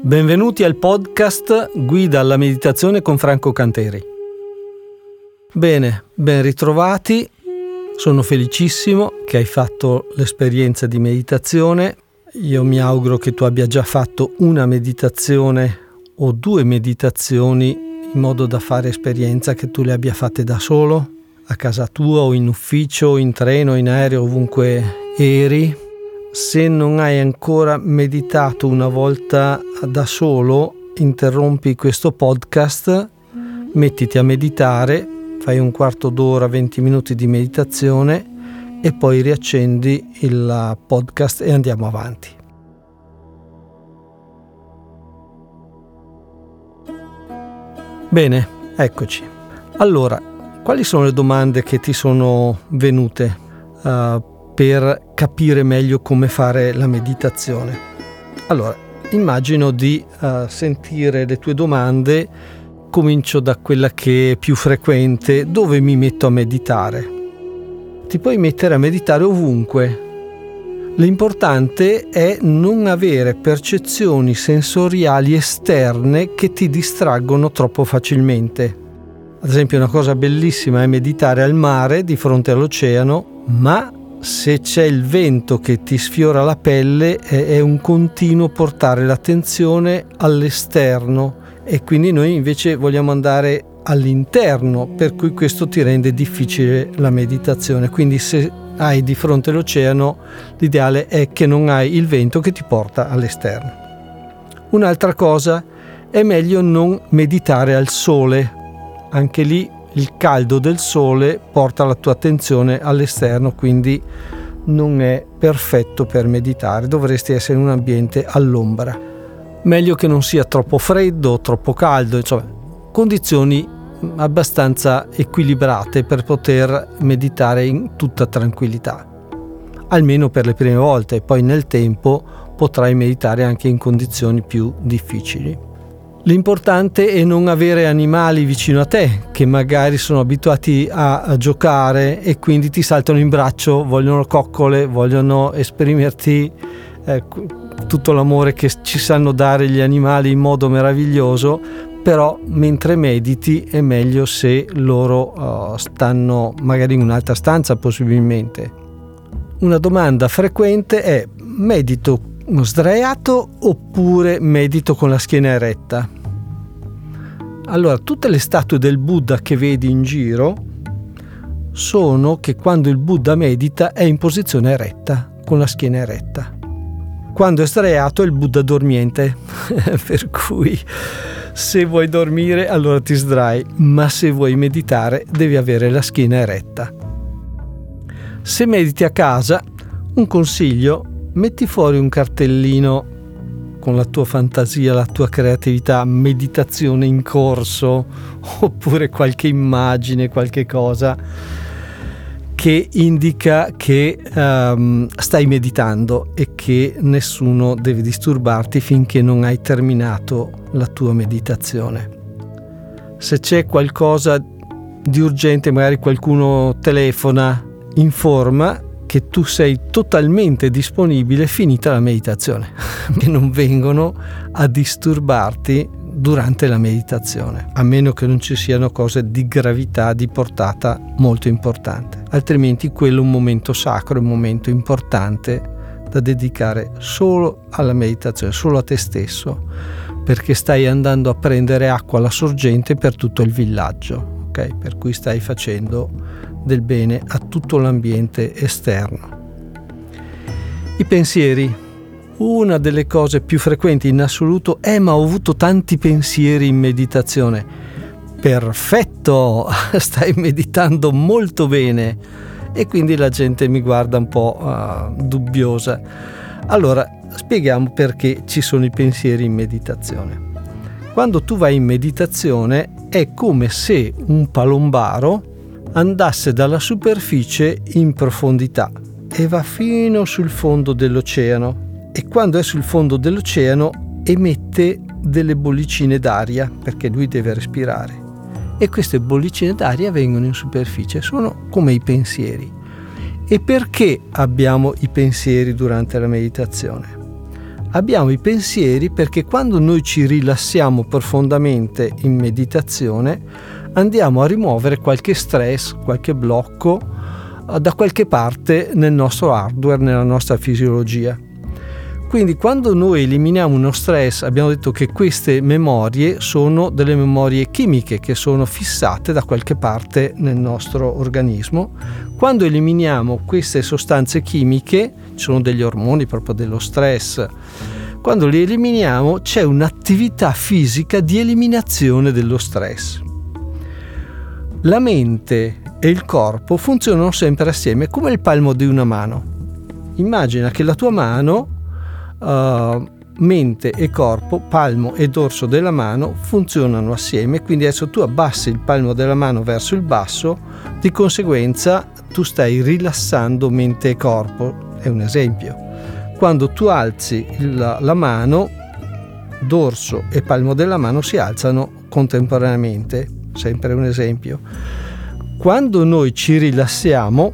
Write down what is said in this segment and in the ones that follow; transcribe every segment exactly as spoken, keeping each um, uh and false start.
Benvenuti al podcast Guida alla meditazione con Franco Canteri. Bene, ben ritrovati. Sono felicissimo che hai fatto l'esperienza di meditazione. Io mi auguro che tu abbia già fatto una meditazione o due meditazioni in modo da fare esperienza, che tu le abbia fatte da solo, a casa tua o in ufficio, in treno, in aereo, ovunque eri. Se non hai ancora meditato una volta da solo, interrompi questo podcast, mettiti a meditare, fai un quarto d'ora, venti minuti di meditazione e poi riaccendi il podcast e andiamo avanti. Bene, eccoci. Allora, quali sono le domande che ti sono venute uh, per capire meglio come fare la meditazione? Allora, immagino di uh, sentire le tue domande. Comincio da quella che è più frequente: dove mi metto a meditare? Ti puoi mettere a meditare ovunque. L'importante è non avere percezioni sensoriali esterne che ti distraggono troppo facilmente. Ad esempio, una cosa bellissima è meditare al mare, di fronte all'oceano, ma se c'è il vento che ti sfiora la pelle è, è un continuo portare l'attenzione all'esterno, e quindi noi invece vogliamo andare all'interno, per cui questo ti rende difficile la meditazione. Quindi se hai di fronte l'oceano, l'ideale è che non hai il vento che ti porta all'esterno. Un'altra cosa, è meglio non meditare al sole. Anche lì il caldo del sole porta la tua attenzione all'esterno, quindi non è perfetto per meditare. Dovresti essere in un ambiente all'ombra. Meglio che non sia troppo freddo o troppo caldo, insomma, condizioni abbastanza equilibrate per poter meditare in tutta tranquillità. Almeno per le prime volte, e poi nel tempo potrai meditare anche in condizioni più difficili. L'importante è non avere animali vicino a te che magari sono abituati a, a giocare e quindi ti saltano in braccio, vogliono coccole, vogliono esprimerti eh, tutto l'amore che ci sanno dare gli animali in modo meraviglioso, però mentre mediti è meglio se loro uh, stanno magari in un'altra stanza possibilmente. Una domanda frequente è: medito sdraiato oppure medito con la schiena eretta? Allora, tutte le statue del Buddha che vedi in giro sono che quando il Buddha medita è in posizione eretta, con la schiena eretta. Quando è sdraiato è il Buddha dormiente, per cui se vuoi dormire allora ti sdrai, ma se vuoi meditare devi avere la schiena eretta. Se mediti a casa, un consiglio: metti fuori un cartellino con la tua fantasia, la tua creatività, meditazione in corso, oppure qualche immagine, qualche cosa che indica che um, stai meditando e che nessuno deve disturbarti finché non hai terminato la tua meditazione. Se c'è qualcosa di urgente, magari qualcuno telefona, informa che tu sei totalmente disponibile finita la meditazione, che non vengono a disturbarti durante la meditazione, a meno che non ci siano cose di gravità, di portata molto importante. Altrimenti quello è un momento sacro, un momento importante da dedicare solo alla meditazione, solo a te stesso, perché stai andando a prendere acqua alla sorgente per tutto il villaggio, ok? Per cui stai facendo del bene a tutto l'ambiente esterno. I pensieri. Una delle cose più frequenti in assoluto è: ma ho avuto tanti pensieri in meditazione. Perfetto, stai meditando molto bene. E quindi la gente mi guarda un po' uh, dubbiosa. Allora, spieghiamo perché ci sono i pensieri in meditazione. Quando tu vai in meditazione è come se un palombaro andasse dalla superficie in profondità e va fino sul fondo dell'oceano, e quando è sul fondo dell'oceano emette delle bollicine d'aria perché lui deve respirare, e queste bollicine d'aria vengono in superficie, sono come i pensieri. E perché abbiamo i pensieri durante la meditazione? Abbiamo i pensieri perché quando noi ci rilassiamo profondamente in meditazione andiamo a rimuovere qualche stress, qualche blocco da qualche parte nel nostro hardware, nella nostra fisiologia. Quindi quando noi eliminiamo uno stress, abbiamo detto che queste memorie sono delle memorie chimiche che sono fissate da qualche parte nel nostro organismo. Quando eliminiamo queste sostanze chimiche, ci sono degli ormoni proprio dello stress, quando li eliminiamo c'è un'attività fisica di eliminazione dello stress. La mente e il corpo funzionano sempre assieme come il palmo di una mano. Immagina che la tua mano, uh, mente e corpo, palmo e dorso della mano funzionano assieme, quindi adesso tu abbassi il palmo della mano verso il basso, di conseguenza tu stai rilassando mente e corpo, è un esempio. Quando tu alzi la, la mano, dorso e palmo della mano si alzano contemporaneamente, sempre un esempio. Quando noi ci rilassiamo,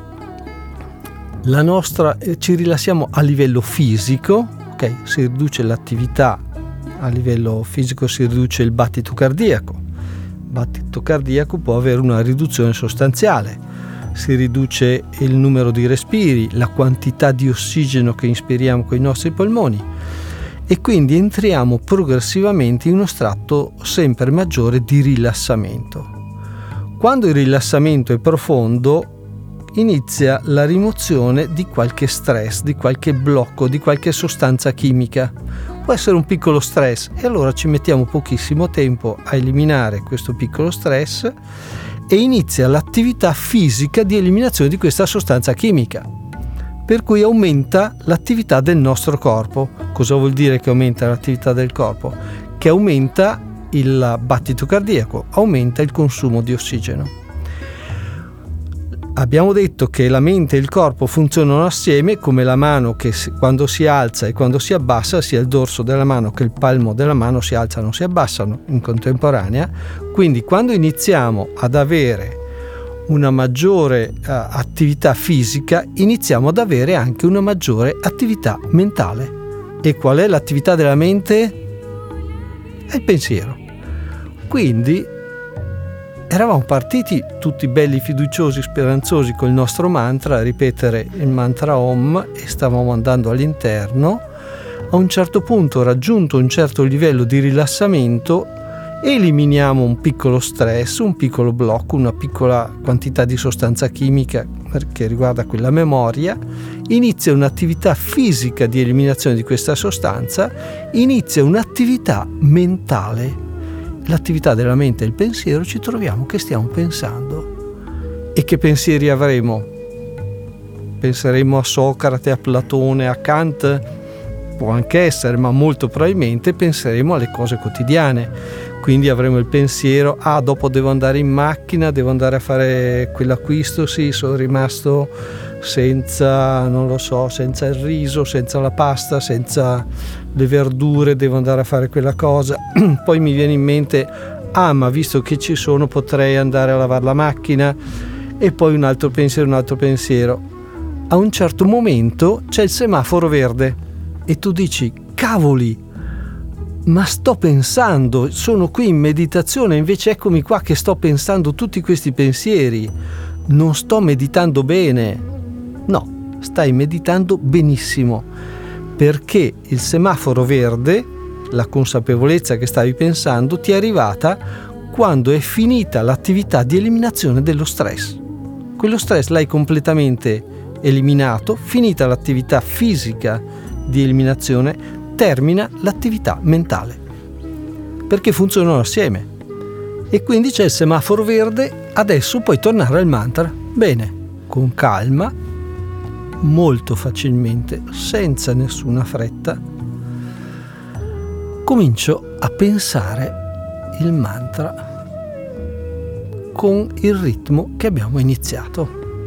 la nostra, eh, ci rilassiamo a livello fisico, ok? Si riduce l'attività a livello fisico, si riduce il battito cardiaco. Il battito cardiaco può avere una riduzione sostanziale. Si riduce il numero di respiri, la quantità di ossigeno che inspiriamo con i nostri polmoni e quindi entriamo progressivamente in uno strato sempre maggiore di rilassamento. Quando il rilassamento è profondo, inizia la rimozione di qualche stress, di qualche blocco, di qualche sostanza chimica. Può essere un piccolo stress e allora ci mettiamo pochissimo tempo a eliminare questo piccolo stress e inizia l'attività fisica di eliminazione di questa sostanza chimica, per cui aumenta l'attività del nostro corpo. Cosa vuol dire che aumenta l'attività del corpo? Che aumenta il battito cardiaco, aumenta il consumo di ossigeno. Abbiamo detto che la mente e il corpo funzionano assieme come la mano che quando si alza e quando si abbassa, sia il dorso della mano che il palmo della mano si alzano o si abbassano in contemporanea. Quindi quando iniziamo ad avere una maggiore uh, attività fisica, iniziamo ad avere anche una maggiore attività mentale. E qual è l'attività della mente? È il pensiero. Quindi eravamo partiti tutti belli fiduciosi, speranzosi col nostro mantra, a ripetere il mantra Om, e stavamo andando all'interno. A un certo punto, raggiunto un certo livello di rilassamento, eliminiamo un piccolo stress, un piccolo blocco, una piccola quantità di sostanza chimica che riguarda quella memoria, inizia un'attività fisica di eliminazione di questa sostanza, inizia un'attività mentale. L'attività della mente e il pensiero, ci troviamo che stiamo pensando. E che pensieri avremo? Penseremo a Socrate, a Platone, a Kant? Può anche essere, ma molto probabilmente penseremo alle cose quotidiane. Quindi avremo il pensiero: ah, dopo devo andare in macchina, devo andare a fare quell'acquisto, sì, sono rimasto senza, non lo so, senza il riso, senza la pasta, senza le verdure, devo andare a fare quella cosa. Poi mi viene in mente: ah, ma visto che ci sono potrei andare a lavare la macchina. E poi un altro pensiero, un altro pensiero. A un certo momento c'è il semaforo verde e tu dici: cavoli, ma sto pensando, sono qui in meditazione, invece eccomi qua che sto pensando tutti questi pensieri. Non sto meditando bene. No, stai meditando benissimo, perché il semaforo verde, la consapevolezza che stavi pensando, ti è arrivata quando è finita l'attività di eliminazione dello stress. Quello stress l'hai completamente eliminato, finita l'attività fisica di eliminazione, termina l'attività mentale, perché funzionano assieme. E quindi c'è il semaforo verde, adesso puoi tornare al mantra. Bene, con calma, molto facilmente, senza nessuna fretta, comincio a pensare il mantra con il ritmo che abbiamo iniziato.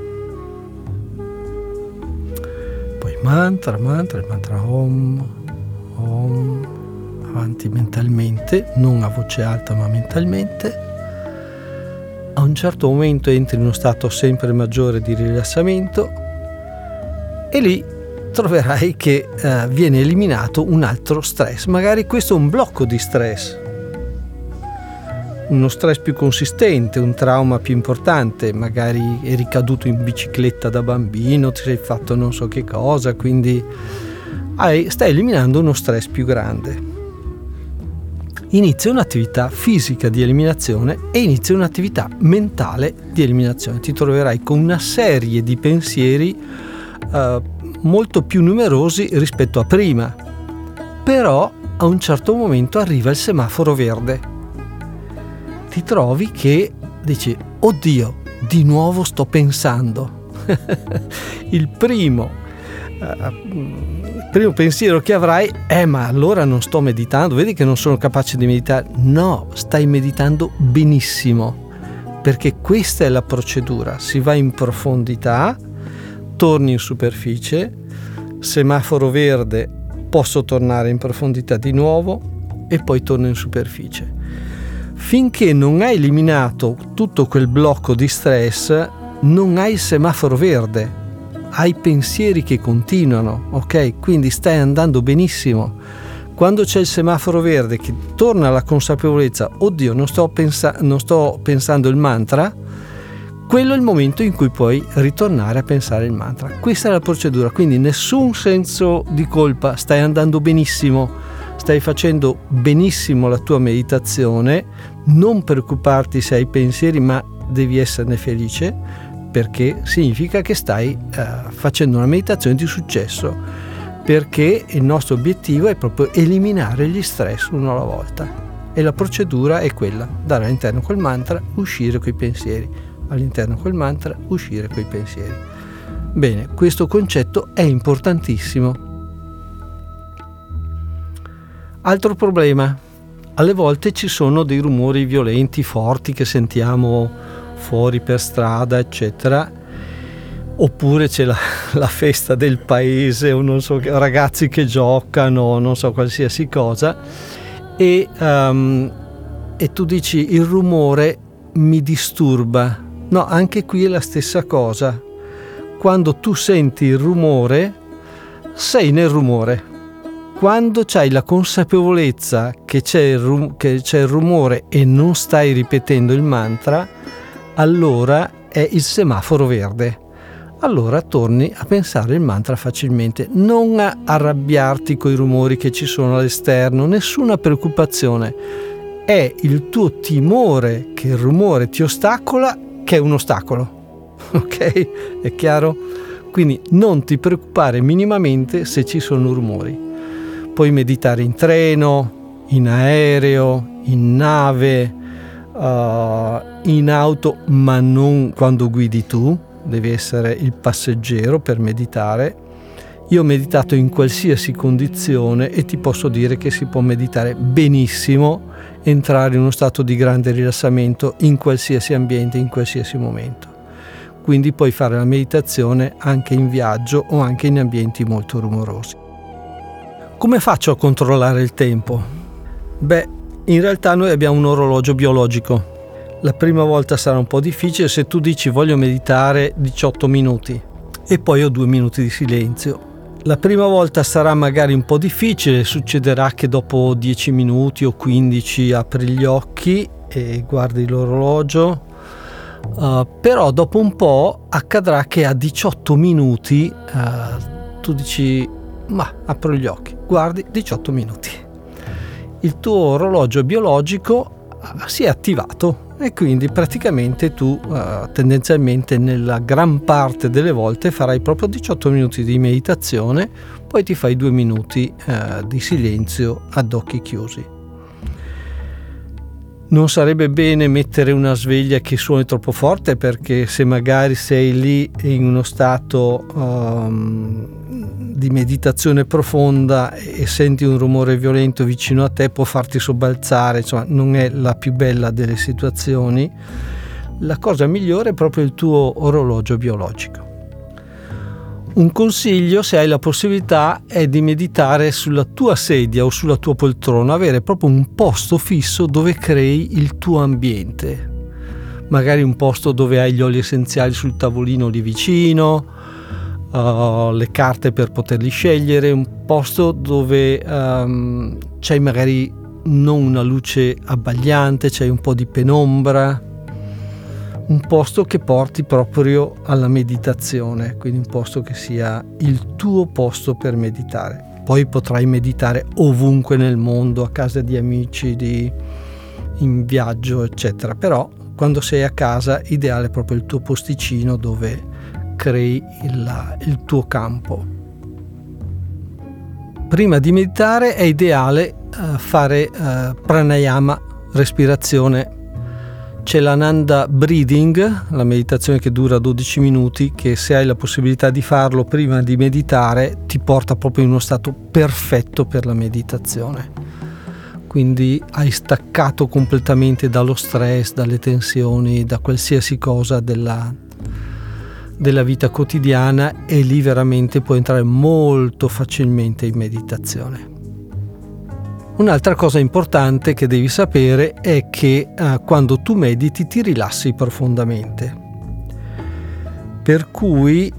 Poi mantra, mantra, il mantra Om, Om, avanti mentalmente, non a voce alta ma mentalmente. A un certo momento entri in uno stato sempre maggiore di rilassamento e lì troverai che eh, viene eliminato un altro stress. Magari questo è un blocco di stress, uno stress più consistente, un trauma più importante, magari eri caduto in bicicletta da bambino, ti sei fatto non so che cosa, quindi hai, stai eliminando uno stress più grande. Inizia un'attività fisica di eliminazione e inizia un'attività mentale di eliminazione. Ti troverai con una serie di pensieri eh, molto più numerosi rispetto a prima, però a un certo momento arriva il semaforo verde. Ti trovi che dici: oddio, di nuovo sto pensando. il primo uh, il primo pensiero che avrai è: ma allora non sto meditando, vedi che non sono capace di meditare. No, stai meditando benissimo, perché questa è la procedura. Si va in profondità, torni in superficie, semaforo verde, posso tornare in profondità di nuovo e poi torno in superficie. Finché non hai eliminato tutto quel blocco di stress, non hai il semaforo verde, hai pensieri che continuano, ok? Quindi stai andando benissimo. Quando c'è il semaforo verde che torna alla consapevolezza: oddio, non sto, pensa- non sto pensando il mantra, quello è il momento in cui puoi ritornare a pensare il mantra. Questa è la procedura, quindi nessun senso di colpa, stai andando benissimo, stai facendo benissimo la tua meditazione. Non preoccuparti se hai pensieri, ma devi esserne felice, perché significa che stai eh, facendo una meditazione di successo, perché il nostro obiettivo è proprio eliminare gli stress uno alla volta, e la procedura è quella: dare all'interno quel mantra, uscire coi pensieri, all'interno quel mantra, uscire coi pensieri. Bene, questo concetto è importantissimo. Altro problema: alle volte ci sono dei rumori violenti, forti, che sentiamo fuori per strada, eccetera, oppure c'è la, la festa del paese, o non so, ragazzi che giocano, non so, qualsiasi cosa, e, um, e tu dici: il rumore mi disturba. No, anche qui è la stessa cosa. Quando tu senti il rumore, sei nel rumore. Quando c'hai la consapevolezza che c'è il, rum- che c'è il rumore e non stai ripetendo il mantra, allora è il semaforo verde. Allora torni a pensare il mantra facilmente. Non arrabbiarti coi rumori che ci sono all'esterno, nessuna preoccupazione. È il tuo timore che il rumore ti ostacola che è un ostacolo. Ok? È chiaro? Quindi non ti preoccupare minimamente se ci sono rumori. Puoi meditare in treno, in aereo, in nave, uh, in auto, ma non quando guidi tu. Devi essere il passeggero per meditare. Io ho meditato in qualsiasi condizione e ti posso dire che si può meditare benissimo, entrare in uno stato di grande rilassamento in qualsiasi ambiente, in qualsiasi momento. Quindi puoi fare la meditazione anche in viaggio o anche in ambienti molto rumorosi. Come faccio a controllare il tempo? Beh, in realtà noi abbiamo un orologio biologico. La prima volta sarà un po' difficile se tu dici: voglio meditare diciotto minuti e poi ho due minuti di silenzio. La prima volta sarà magari un po' difficile, succederà che dopo dieci minuti o quindici apri gli occhi e guardi l'orologio, uh, però dopo un po' accadrà che a diciotto minuti uh, tu dici: ma apro gli occhi, guardi, diciotto minuti. Il tuo orologio biologico uh, si è attivato. E quindi praticamente tu uh, tendenzialmente nella gran parte delle volte farai proprio diciotto minuti di meditazione, poi ti fai due minuti uh, di silenzio ad occhi chiusi. Non sarebbe bene mettere una sveglia che suoni troppo forte, perché se magari sei lì in uno stato um, di meditazione profonda e senti un rumore violento vicino a te, può farti sobbalzare, insomma non è la più bella delle situazioni. La cosa migliore è proprio il tuo orologio biologico. Un consiglio, se hai la possibilità, è di meditare sulla tua sedia o sulla tua poltrona, avere proprio un posto fisso dove crei il tuo ambiente. Magari un posto dove hai gli oli essenziali sul tavolino lì vicino, uh, le carte per poterli scegliere, un posto dove um, c'hai magari non una luce abbagliante, c'hai un po' di penombra, un posto che porti proprio alla meditazione, quindi un posto che sia il tuo posto per meditare. Poi potrai meditare ovunque nel mondo, a casa di amici, di, in viaggio, eccetera, però quando sei a casa ideale è proprio il tuo posticino dove crei il, il tuo campo. Prima di meditare è ideale uh, fare uh, pranayama, respirazione. C'è l'Ananda Breathing, la meditazione che dura dodici minuti, che se hai la possibilità di farlo prima di meditare ti porta proprio in uno stato perfetto per la meditazione. Quindi hai staccato completamente dallo stress, dalle tensioni, da qualsiasi cosa della, della vita quotidiana, e lì veramente puoi entrare molto facilmente in meditazione. Un'altra cosa importante che devi sapere è che eh, quando tu mediti ti rilassi profondamente, per cui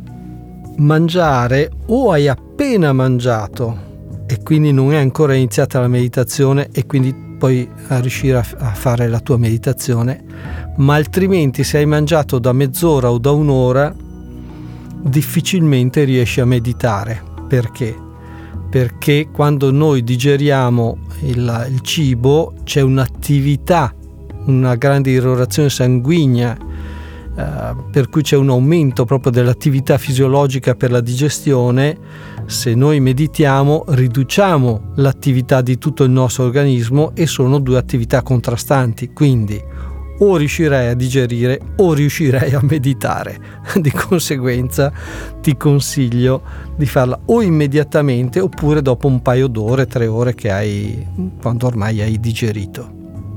mangiare, o hai appena mangiato e quindi non è ancora iniziata la meditazione e quindi puoi riuscire a, f- a fare la tua meditazione, ma altrimenti se hai mangiato da mezz'ora o da un'ora difficilmente riesci a meditare. Perché? Perché quando noi digeriamo il, il cibo c'è un'attività, una grande irrorazione sanguigna, eh, per cui c'è un aumento proprio dell'attività fisiologica per la digestione. Se noi meditiamo riduciamo l'attività di tutto il nostro organismo e sono due attività contrastanti, quindi o riuscirei a digerire o riuscirei a meditare. Di conseguenza ti consiglio di farla o immediatamente oppure dopo un paio d'ore, tre ore che hai, quando ormai hai digerito.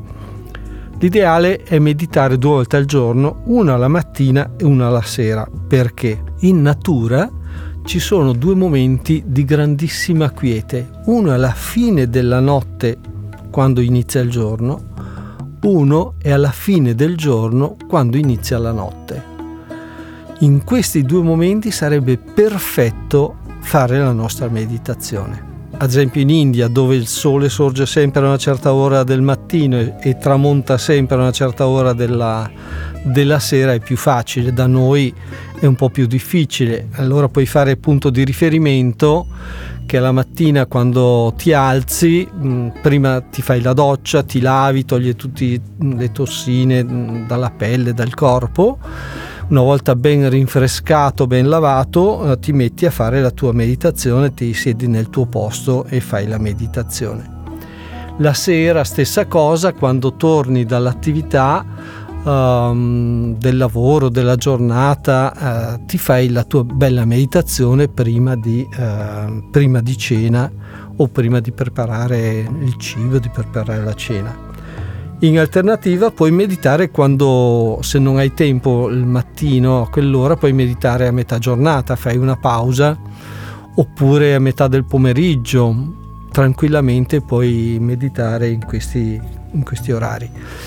L'ideale è meditare due volte al giorno, una alla mattina e una alla sera, perché in natura ci sono due momenti di grandissima quiete, uno alla fine della notte quando inizia il giorno, uno è alla fine del giorno quando inizia la notte. In questi due momenti sarebbe perfetto fare la nostra meditazione. Ad esempio in India, dove il sole sorge sempre a una certa ora del mattino e, e tramonta sempre a una certa ora della, della sera, è più facile. Da noi è un po' più difficile. Allora puoi fare punto di riferimento che la mattina quando ti alzi, mh, prima ti fai la doccia, ti lavi, togli tutte le tossine mh, dalla pelle, dal corpo. Una volta ben rinfrescato, ben lavato, eh, ti metti a fare la tua meditazione, ti siedi nel tuo posto e fai la meditazione. La sera stessa cosa, quando torni dall'attività um, del lavoro, della giornata, uh, ti fai la tua bella meditazione prima di, uh, prima di cena o prima di preparare il cibo, di preparare la cena. In alternativa puoi meditare quando, se non hai tempo il mattino a quell'ora, puoi meditare a metà giornata, fai una pausa, oppure a metà del pomeriggio, tranquillamente puoi meditare in questi, in questi orari.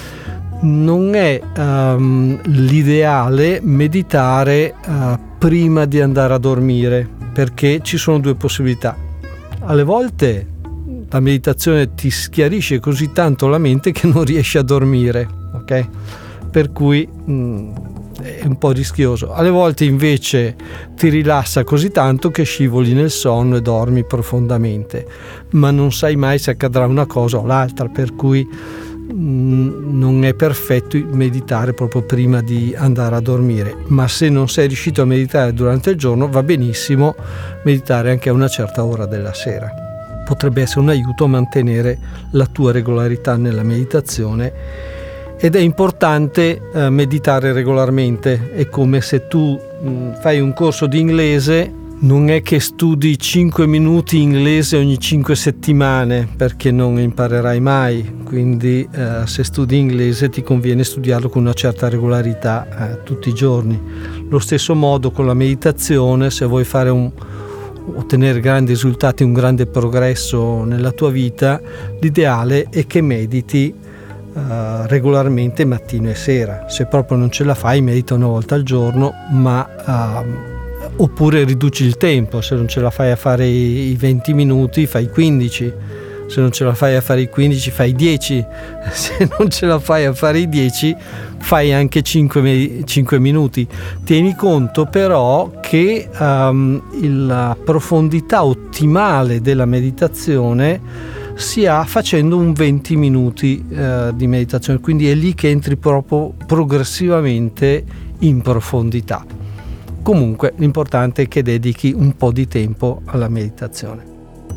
Non è um, l'ideale meditare uh, prima di andare a dormire, perché ci sono due possibilità. Alle volte la meditazione ti schiarisce così tanto la mente che non riesci a dormire, ok? Per cui mh, è un po' rischioso. Alle volte invece ti rilassa così tanto che scivoli nel sonno e dormi profondamente, ma non sai mai se accadrà una cosa o l'altra, per cui mh, non è perfetto meditare proprio prima di andare a dormire. Ma se non sei riuscito a meditare durante il giorno, va benissimo meditare anche a una certa ora della sera. Potrebbe essere un aiuto a mantenere la tua regolarità nella meditazione, ed è importante eh, meditare regolarmente. È come se tu mh, fai un corso di inglese, non è che studi cinque minuti inglese ogni cinque settimane, perché non imparerai mai. Quindi eh, se studi inglese ti conviene studiarlo con una certa regolarità eh, tutti i giorni. Lo stesso modo con la meditazione, se vuoi fare un ottenere grandi risultati, un grande progresso nella tua vita, l'ideale è che mediti uh, regolarmente mattino e sera. Se proprio non ce la fai, medita una volta al giorno, ma uh, oppure riduci il tempo, se non ce la fai a fare i venti minuti fai quindici, se non ce la fai a fare i quindici fai dieci, se non ce la fai a fare i dieci fai anche cinque minuti. Tieni conto però che um, la profondità ottimale della meditazione si ha facendo un venti minuti uh, di meditazione, quindi è lì che entri proprio progressivamente in profondità. Comunque l'importante è che dedichi un po' di tempo alla meditazione.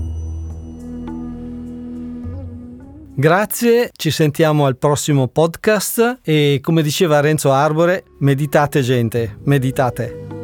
Grazie, ci sentiamo al prossimo podcast e come diceva Renzo Arbore, meditate gente, meditate.